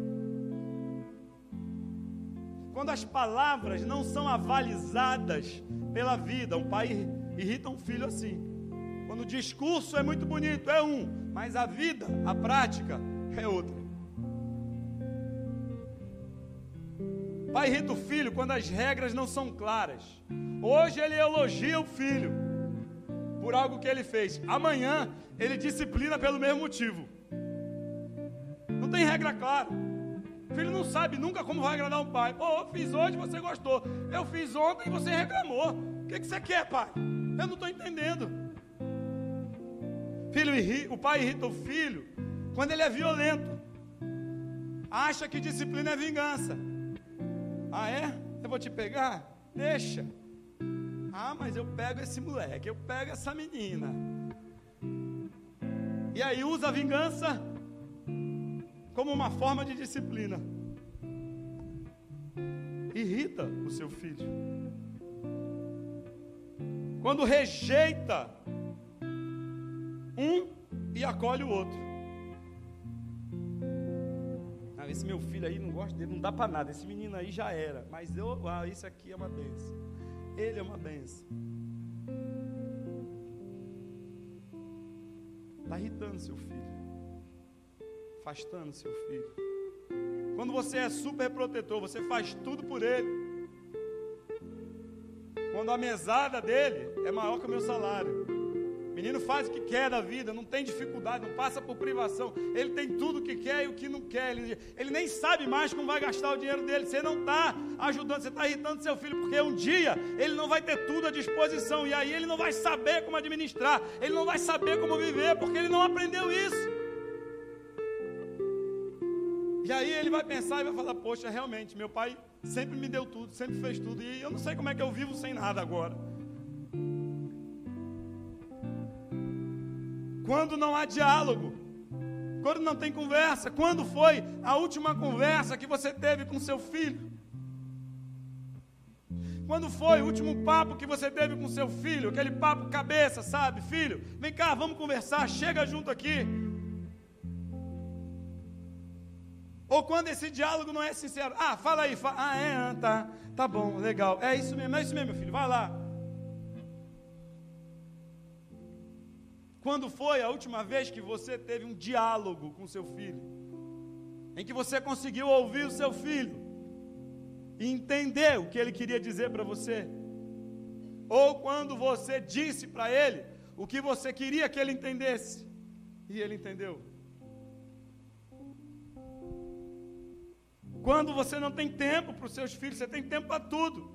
Quando as palavras não são avalizadas pela vida, um pai irrita um filho assim. Quando o discurso é muito bonito, é um, mas a vida, a prática, é outra. O pai irrita o filho quando as regras não são claras. Hoje ele elogia o filho por algo que ele fez. Amanhã ele disciplina pelo mesmo motivo. Não tem regra clara. O filho não sabe nunca como vai agradar um pai. Pô, eu fiz hoje, você gostou. Eu fiz ontem e você reclamou. O que, que você quer, pai? Eu não estou entendendo. Filho irrita, o pai irrita o filho quando ele é violento. Acha que disciplina é vingança. Ah, é? Eu vou te pegar? Deixa. Ah, mas eu pego esse moleque, eu pego essa menina. E aí usa a vingança como uma forma de disciplina. Irrita o seu filho quando rejeita um e acolhe o outro. Ah, esse meu filho aí, não gosto dele, não dá para nada. Esse menino aí já era, mas eu, ah, esse aqui é uma bênção. Ele é uma bênção. está irritando seu filho, afastando seu filho. Quando você é super protetor, você faz tudo por ele. Quando a mesada dele é maior que o meu salário. O menino faz o que quer da vida, não tem dificuldade, não passa por privação. Ele tem tudo o que quer e o que não quer. Ele, ele nem sabe mais como vai gastar o dinheiro dele. Você não está ajudando, você está irritando seu filho, porque um dia ele não vai ter tudo à disposição. E aí ele não vai saber como administrar, ele não vai saber como viver, porque ele não aprendeu isso. E aí ele vai pensar e vai falar, poxa, realmente, meu pai sempre me deu tudo, sempre fez tudo, e eu não sei como é que eu vivo sem nada agora. Quando não há diálogo, quando não tem conversa, quando foi a última conversa que você teve com seu filho? Quando foi o último papo que você teve com seu filho? Aquele papo cabeça, sabe? Filho, vem cá, vamos conversar, chega junto aqui. Ou quando esse diálogo não é sincero. Ah, fala aí, fala. Ah, é, tá, tá bom, legal. É isso mesmo, é isso mesmo, meu filho, vai lá. Quando foi a última vez que você teve um diálogo com seu filho? Em que você conseguiu ouvir o seu filho e entender o que ele queria dizer para você? Ou quando você disse para ele o que você queria que ele entendesse e ele entendeu? Quando você não tem tempo para os seus filhos, você tem tempo para tudo.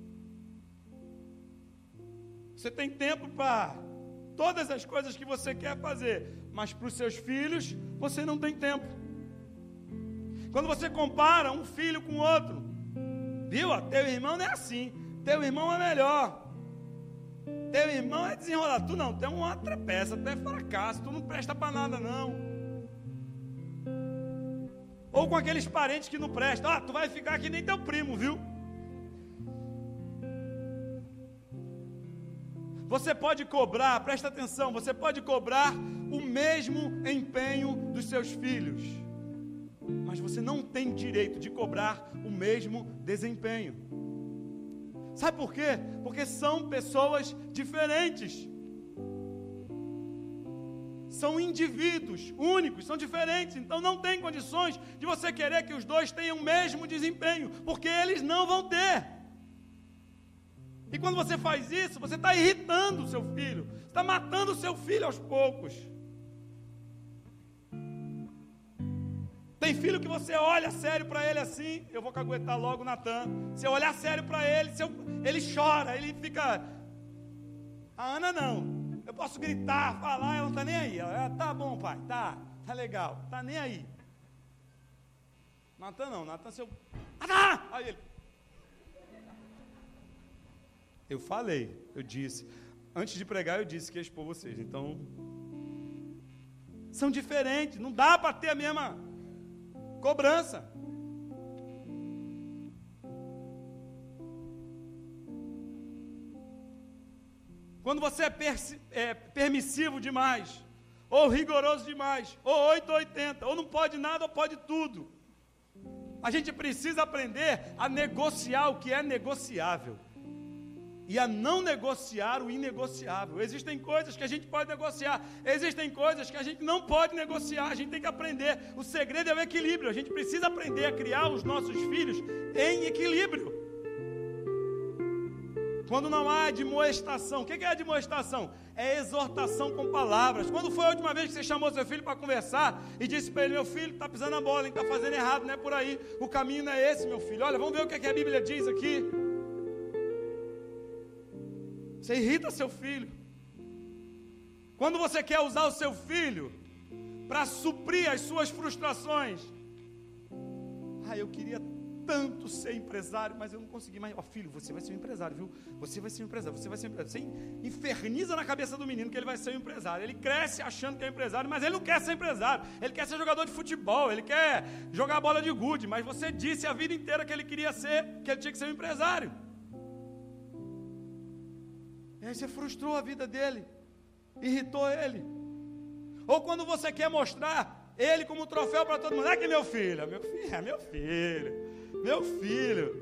Você tem tempo para todas as coisas que você quer fazer, mas para os seus filhos, você não tem tempo. Quando você compara um filho com outro, viu? Teu irmão não é assim, teu irmão é melhor, teu irmão é desenrolado, tu não, tu é uma trepeça, tu é fracasso, tu não presta para nada não. Ou com aqueles parentes que não prestam, ah, tu vai ficar que nem teu primo, viu? Você pode cobrar, presta atenção, você pode cobrar o mesmo empenho dos seus filhos, mas você não tem direito de cobrar o mesmo desempenho. Sabe por quê? Porque são pessoas diferentes. São indivíduos únicos, são diferentes, então não tem condições de você querer que os dois tenham o mesmo desempenho, porque eles não vão ter. E quando você faz isso, você está irritando o seu filho, você está matando o seu filho aos poucos. Tem filho que você olha sério para ele assim, eu vou caguetar logo o Natan, se eu olhar sério para ele, se eu, ele chora, ele fica... A Ana não, eu posso gritar, falar, ela não está nem aí, ela, tá bom pai, tá, tá legal, tá nem aí. Natan não, Natan se eu... Natan! Aí ele... Eu falei, eu disse, antes de pregar eu disse que ia expor vocês, então, são diferentes, não dá para ter a mesma cobrança. Quando você é, persi- é permissivo demais, ou rigoroso demais, ou oito ou oitenta, ou não pode nada ou pode tudo, a gente precisa aprender a negociar o que é negociável. E a não negociar o inegociável. Existem coisas que a gente pode negociar, existem coisas que a gente não pode negociar, a gente tem que aprender. O segredo é o equilíbrio, a gente precisa aprender a criar os nossos filhos em equilíbrio. Quando não há admoestação, o que é admoestação? É exortação com palavras. Quando foi a última vez que você chamou seu filho para conversar e disse para ele, meu filho, está pisando a bola, está fazendo errado, não é por aí, o caminho não é esse, meu filho, olha, vamos ver o que, é que a Bíblia diz aqui. Você irrita seu filho. Quando você quer usar o seu filho para suprir as suas frustrações. Ah, eu queria tanto ser empresário, mas eu não consegui mais. Ó, filho, você vai ser um empresário, viu? Você vai ser um empresário, você vai ser um empresário. Você inferniza na cabeça do menino que ele vai ser um empresário. Ele cresce achando que é empresário, mas ele não quer ser empresário. Ele quer ser jogador de futebol, ele quer jogar bola de gude, mas você disse a vida inteira que ele queria ser, que ele tinha que ser um empresário. E aí você frustrou a vida dele, irritou ele. Ou quando você quer mostrar ele como troféu para todo mundo. É que meu filho, é meu filho, é meu filho, meu filho.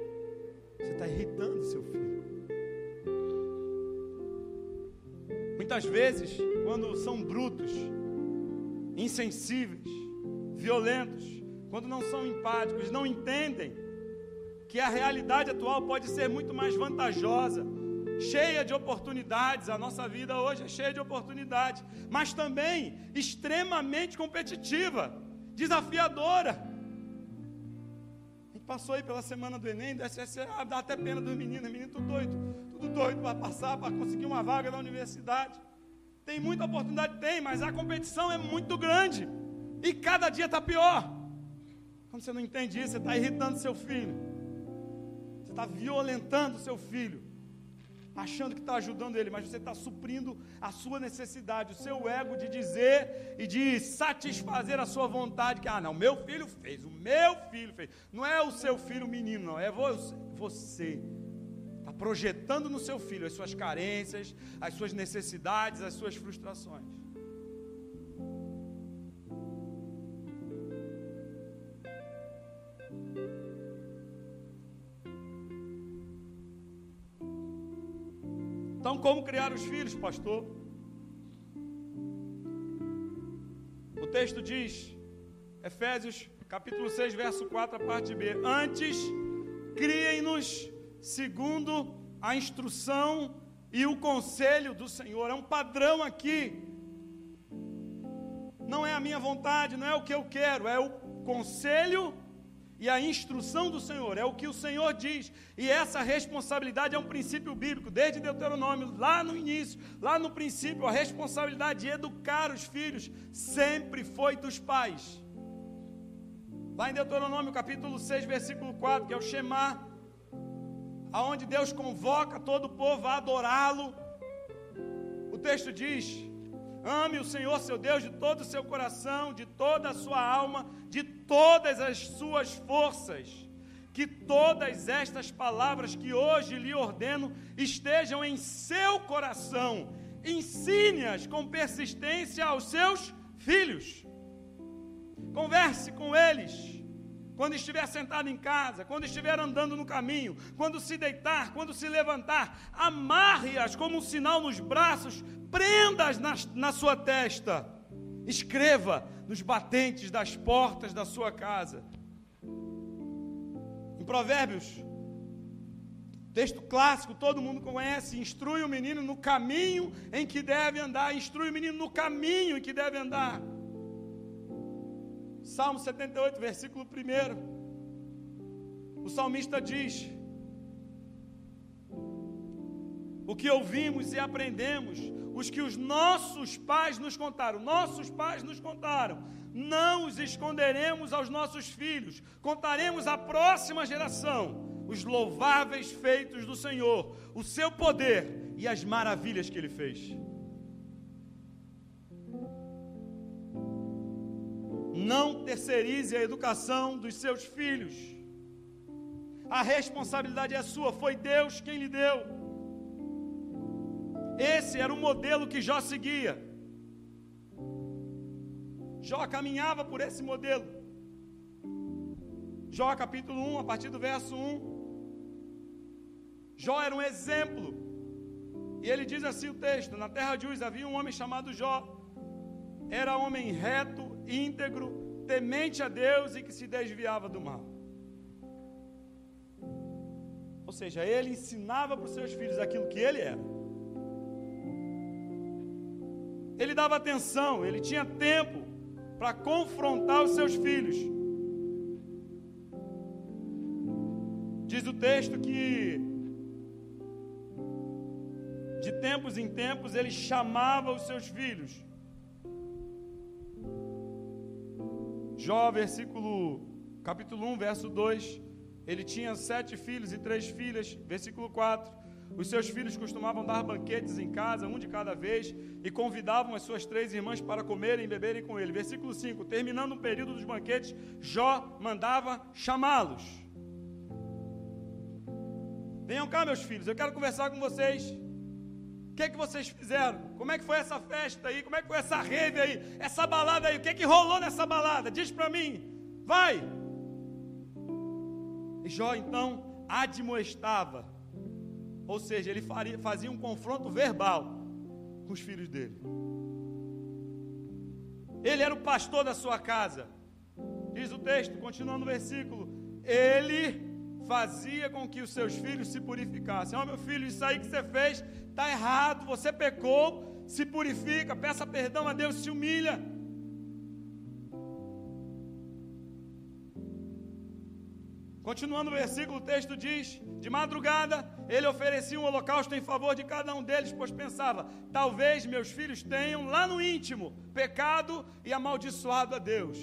Você está irritando seu filho. muitas vezes, quando são brutos, insensíveis, violentos, quando não são empáticos, não entendem que a realidade atual pode ser muito mais vantajosa, cheia de oportunidades. A nossa vida hoje é cheia de oportunidades, mas também extremamente competitiva, desafiadora. A gente passou aí pela semana do Enem, dá até pena dos meninos, menino tudo doido, tudo doido para passar, para conseguir uma vaga na universidade. Tem muita oportunidade, tem, mas a competição é muito grande, e cada dia está pior. Quando você não entende isso, você está irritando seu filho, você está violentando seu filho, achando que está ajudando ele, mas você está suprindo a sua necessidade, o seu ego de dizer e de satisfazer a sua vontade, que, ah, não, meu filho fez, o meu filho fez. Não é o seu filho menino, não, é você. Está projetando no seu filho as suas carências, as suas necessidades, as suas frustrações. Então, como criar os filhos, pastor? O texto diz, Efésios capítulo seis, verso quatro, a parte B: antes, criem-nos segundo a instrução e o conselho do Senhor. É um padrão aqui. Não é a minha vontade, não é o que eu quero, é o conselho e a instrução do Senhor, é o que o Senhor diz. E essa responsabilidade é um princípio bíblico, desde Deuteronômio, lá no início, lá no princípio, a responsabilidade de educar os filhos sempre foi dos pais. Lá em Deuteronômio capítulo seis, versículo quatro, que é o Shema, aonde Deus convoca todo o povo a adorá-lo. O texto diz: ame o Senhor seu Deus de todo o seu coração, de toda a sua alma, de todas as suas forças. Que todas estas palavras que hoje lhe ordeno estejam em seu coração. Ensine-as com persistência aos seus filhos. Converse com eles quando estiver sentado em casa, quando estiver andando no caminho, quando se deitar, quando se levantar. Amarre-as como um sinal nos braços, prenda-as na, na sua testa, escreva nos batentes das portas da sua casa. Em Provérbios, texto clássico, todo mundo conhece: instrui o menino no caminho em que deve andar, instrui o menino no caminho em que deve andar. Salmo setenta e oito, versículo um, o salmista diz: o que ouvimos e aprendemos, os que os nossos pais nos contaram, nossos pais nos contaram, não os esconderemos aos nossos filhos, contaremos à próxima geração os louváveis feitos do Senhor, o seu poder e as maravilhas que Ele fez. Não terceirize a educação dos seus filhos. A responsabilidade é sua, foi Deus quem lhe deu. Esse era o modelo que Jó seguia. Jó caminhava por esse modelo. Jó capítulo um, a partir do verso um. Jó era um exemplo. E ele diz assim o texto: na terra de Uz havia um homem chamado Jó. Era homem reto, íntegro, temente a Deus e que se desviava do mal. Ou seja, ele ensinava para os seus filhos aquilo que ele era. Ele dava atenção, ele tinha tempo para confrontar os seus filhos. Diz o texto que de tempos em tempos ele chamava os seus filhos. Jó, versículo, capítulo um, verso dois, ele tinha sete filhos e três filhas. Versículo quatro, os seus filhos costumavam dar banquetes em casa, um de cada vez, e convidavam as suas três irmãs para comerem e beberem com ele. Versículo cinco, terminando o período dos banquetes, Jó mandava chamá-los. Venham cá, meus filhos, eu quero conversar com vocês. O que é que vocês fizeram? Como é que foi essa festa aí? Como é que foi essa rave aí? Essa balada aí? O que é que rolou nessa balada? Diz para mim. Vai! E Jó então admoestava. Ou seja, ele faria, fazia um confronto verbal. com os filhos dele. Ele era o pastor da sua casa. Diz o texto, continuando o versículo, ele fazia com que os seus filhos se purificassem. Ó, meu filho, isso aí que você fez está errado, você pecou, se purifica, peça perdão a Deus, se humilha. Continuando o versículo, o texto diz, de madrugada, ele oferecia um holocausto em favor de cada um deles, pois pensava, talvez meus filhos tenham lá no íntimo pecado e amaldiçoado a Deus.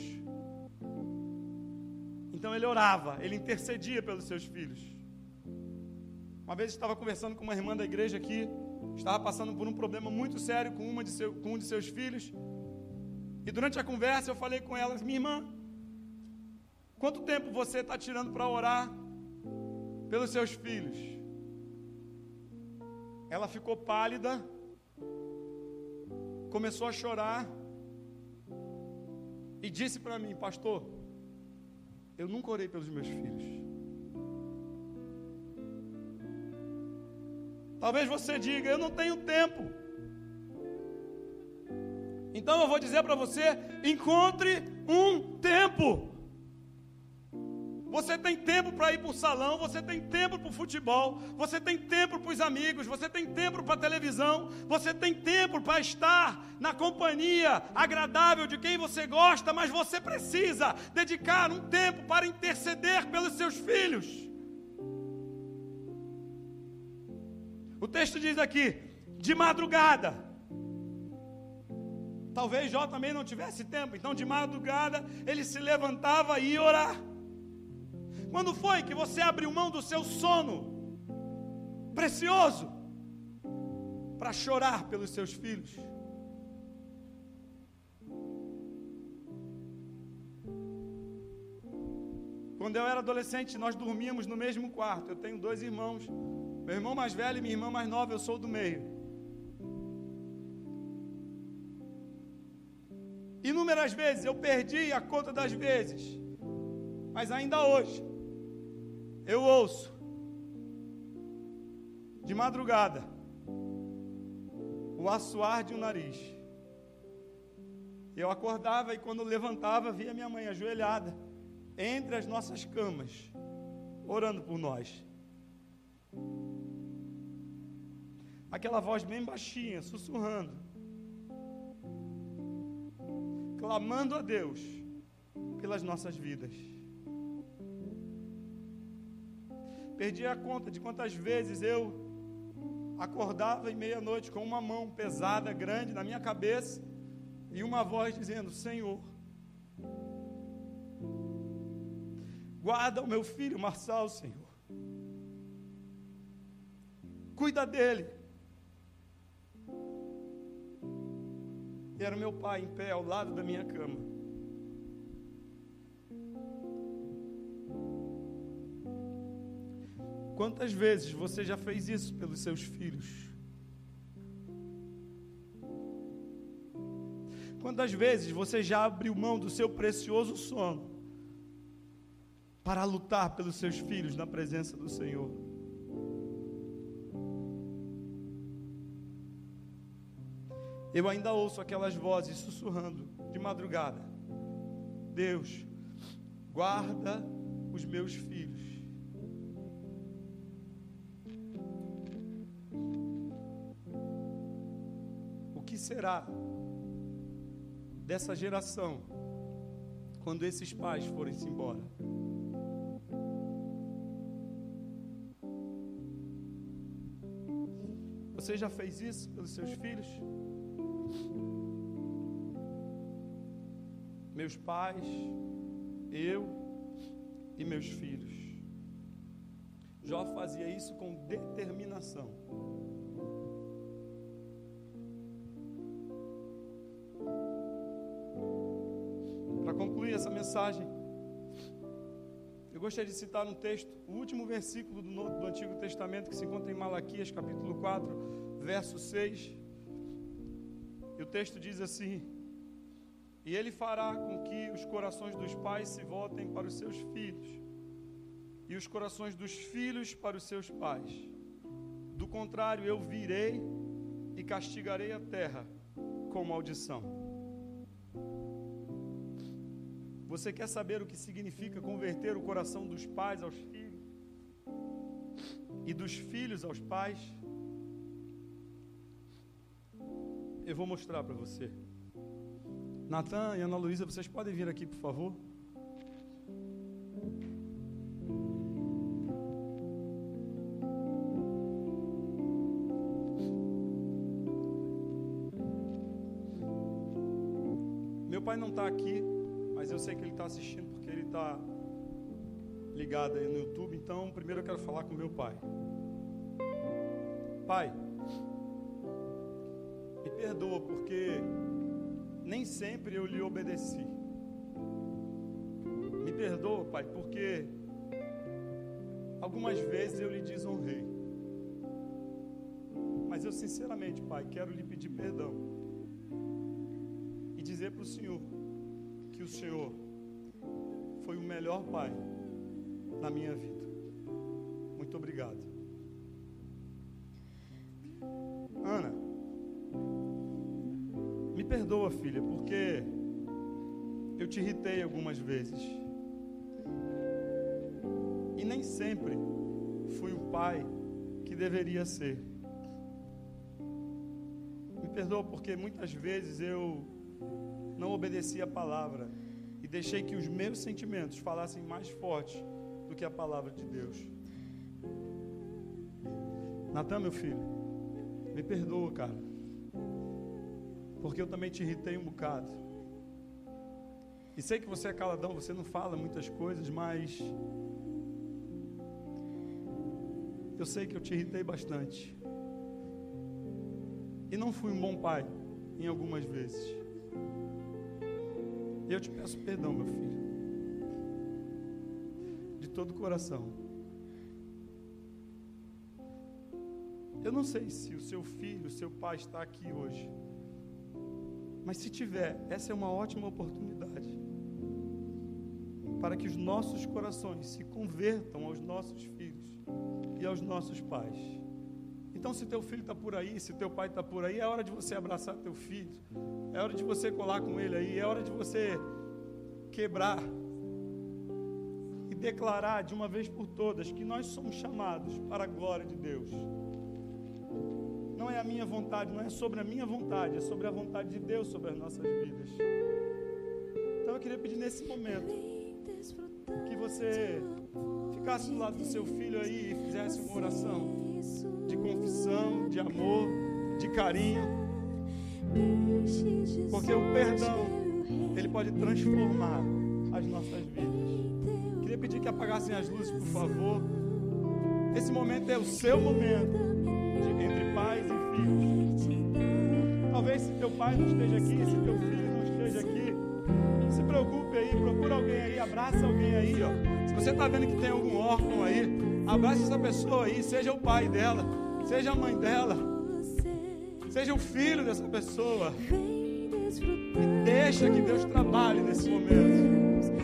Então ele orava, ele intercedia pelos seus filhos. Uma vez eu estava conversando com uma irmã da igreja aqui, estava passando por um problema muito sério com, uma de seu, com um de seus filhos, e durante a conversa eu falei com ela, minha irmã, quanto tempo você está tirando para orar pelos seus filhos? Ela ficou pálida, começou a chorar e disse para mim, pastor, eu nunca orei pelos meus filhos. Talvez você diga, eu não tenho tempo. Então eu vou dizer para você, encontre um tempo. Você tem tempo para ir para o salão, você tem tempo para o futebol, você tem tempo para os amigos, você tem tempo para a televisão, você tem tempo para estar na companhia agradável de quem você gosta, mas você precisa dedicar um tempo para interceder pelos seus filhos. O texto diz aqui, de madrugada. Talvez Jó também não tivesse tempo, então de madrugada ele se levantava e ia orar. Quando foi que você abriu mão do seu sono precioso para chorar pelos seus filhos? Quando eu era adolescente, nós dormíamos no mesmo quarto. Eu tenho dois irmãos, meu irmão mais velho e minha irmã mais nova, eu sou do meio. Inúmeras vezes eu perdi a conta das vezes, mas ainda hoje eu ouço de madrugada o assoar de um nariz. Eu acordava e quando levantava via minha mãe ajoelhada entre as nossas camas, orando por nós. Aquela voz bem baixinha, sussurrando, clamando a Deus pelas nossas vidas. Perdi a conta de quantas vezes eu acordava em meia-noite com uma mão pesada, grande na minha cabeça e uma voz dizendo, Senhor, guarda o meu filho Marçal, Senhor. Cuida dele. E era o meu pai em pé ao lado da minha cama. Quantas vezes você já fez isso pelos seus filhos? Quantas vezes você já abriu mão do seu precioso sono para lutar pelos seus filhos na presença do Senhor? Eu ainda ouço aquelas vozes sussurrando de madrugada, Deus, guarda os meus filhos. O que será dessa geração quando esses pais forem-se embora? Você já fez isso pelos seus filhos? Meus pais, eu e meus filhos. Jó fazia isso com determinação. Para concluir essa mensagem, eu gostaria de citar um texto, o último versículo do, do Antigo Testamento, que se encontra em Malaquias, capítulo quatro, verso seis. E o texto diz assim, e ele fará com que os corações dos pais se voltem para os seus filhos, e os corações dos filhos para os seus pais. Do contrário, eu virei e castigarei a terra com maldição. Você quer saber o que significa converter o coração dos pais aos filhos e dos filhos aos pais? Eu vou mostrar para você. Natan e Ana Luísa, vocês podem vir aqui, por favor? Meu pai não está aqui, mas eu sei que ele está assistindo porque ele está ligado aí no YouTube. Então, primeiro eu quero falar com meu pai. Pai, me perdoa porque nem sempre eu lhe obedeci. Me perdoa, Pai, porque algumas vezes eu lhe desonrei. Mas eu sinceramente, Pai, quero lhe pedir perdão e dizer para o Senhor que o Senhor foi o melhor Pai na minha vida. Muito obrigado. Ana, me perdoa, filha, porque eu te irritei algumas vezes. E nem sempre fui o pai que deveria ser. Me perdoa porque muitas vezes eu não obedeci a palavra e deixei que os meus sentimentos falassem mais forte do que a palavra de Deus. Natan, meu filho, me perdoa, cara, porque eu também te irritei um bocado. E sei que você é caladão, você não fala muitas coisas, mas eu sei que eu te irritei bastante. E não fui um bom pai em algumas vezes. E eu te peço perdão, meu filho, de todo o coração. Eu não sei se o seu filho, o seu pai está aqui hoje, mas se tiver, essa é uma ótima oportunidade para que os nossos corações se convertam aos nossos filhos e aos nossos pais. Então, se teu filho está por aí, se teu pai está por aí, é hora de você abraçar teu filho, é hora de você colar com ele aí, é hora de você quebrar e declarar de uma vez por todas que nós somos chamados para a glória de Deus. Não é a minha vontade, não é sobre a minha vontade, é sobre a vontade de Deus sobre as nossas vidas. Então eu queria pedir nesse momento que você ficasse do lado do seu filho aí e fizesse uma oração de confissão, de amor, de carinho, porque o perdão, ele pode transformar as nossas vidas. Queria pedir que apagassem as luzes, por favor. Esse momento é o seu momento de, entre pais e filhos. Talvez se teu pai não esteja aqui, se teu filho não esteja aqui, não se preocupe aí, procura alguém aí, abraça alguém aí, ó. Se você está vendo que tem algum órfão aí, abraça essa pessoa aí, seja o pai dela, seja a mãe dela, seja o filho dessa pessoa, e deixa que Deus trabalhe nesse momento.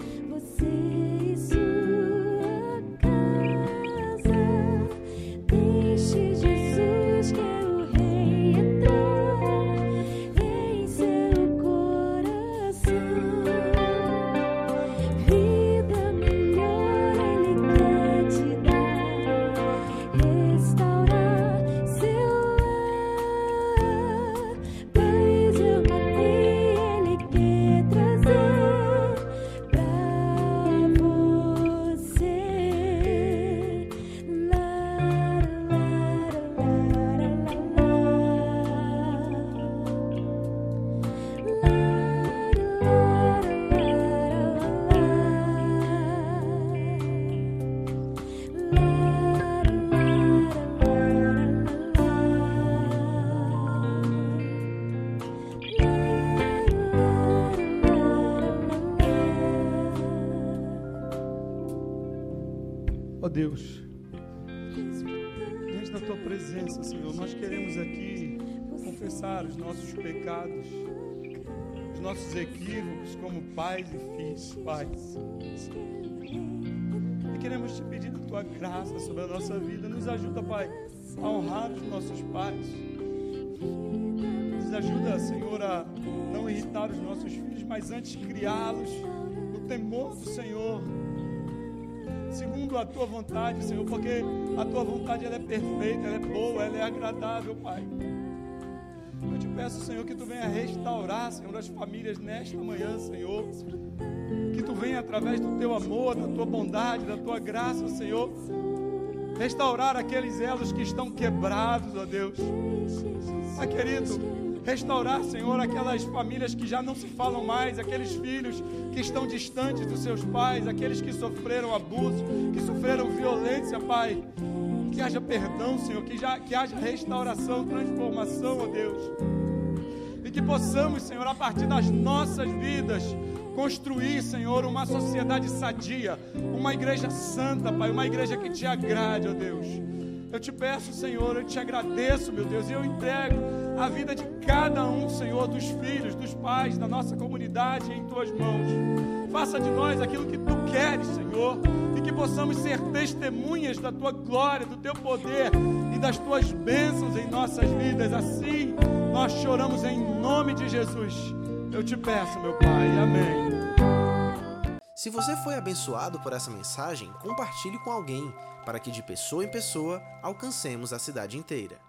Ó Deus, diante da Tua presença, Senhor, nós queremos aqui confessar os nossos pecados, os nossos equívocos como pais e filhos, Pai. E queremos te pedir a Tua graça sobre a nossa vida. Nos ajuda, Pai, a honrar os nossos pais. Nos ajuda, Senhor, a não irritar os nossos filhos, mas antes criá-los no temor do Senhor, segundo a Tua vontade, Senhor, porque a Tua vontade ela é perfeita, ela é boa, ela é agradável, Pai. Eu te peço, Senhor, que Tu venha restaurar, Senhor, as famílias nesta manhã, Senhor. Que Tu venha, através do Teu amor, da Tua bondade, da Tua graça, Senhor, restaurar aqueles elos que estão quebrados, ó Deus. Pai querido, restaurar, Senhor, aquelas famílias que já não se falam mais, aqueles filhos que estão distantes dos seus pais, aqueles que sofreram abuso, que sofreram violência, Pai. Que haja perdão, Senhor, que, já, que haja restauração, transformação, ó Deus. E que possamos, Senhor, a partir das nossas vidas, construir, Senhor, uma sociedade sadia, uma igreja santa, Pai, uma igreja que Te agrade, ó Deus. Eu Te peço, Senhor, eu Te agradeço, meu Deus, e eu entrego a vida de cada um, Senhor, dos filhos, dos pais, da nossa comunidade em Tuas mãos. Faça de nós aquilo que Tu queres, Senhor, e que possamos ser testemunhas da Tua glória, do Teu poder e das Tuas bênçãos em nossas vidas. Assim, nós choramos em nome de Jesus. Eu Te peço, meu Pai. Amém. Se você foi abençoado por essa mensagem, compartilhe com alguém, para que de pessoa em pessoa alcancemos a cidade inteira.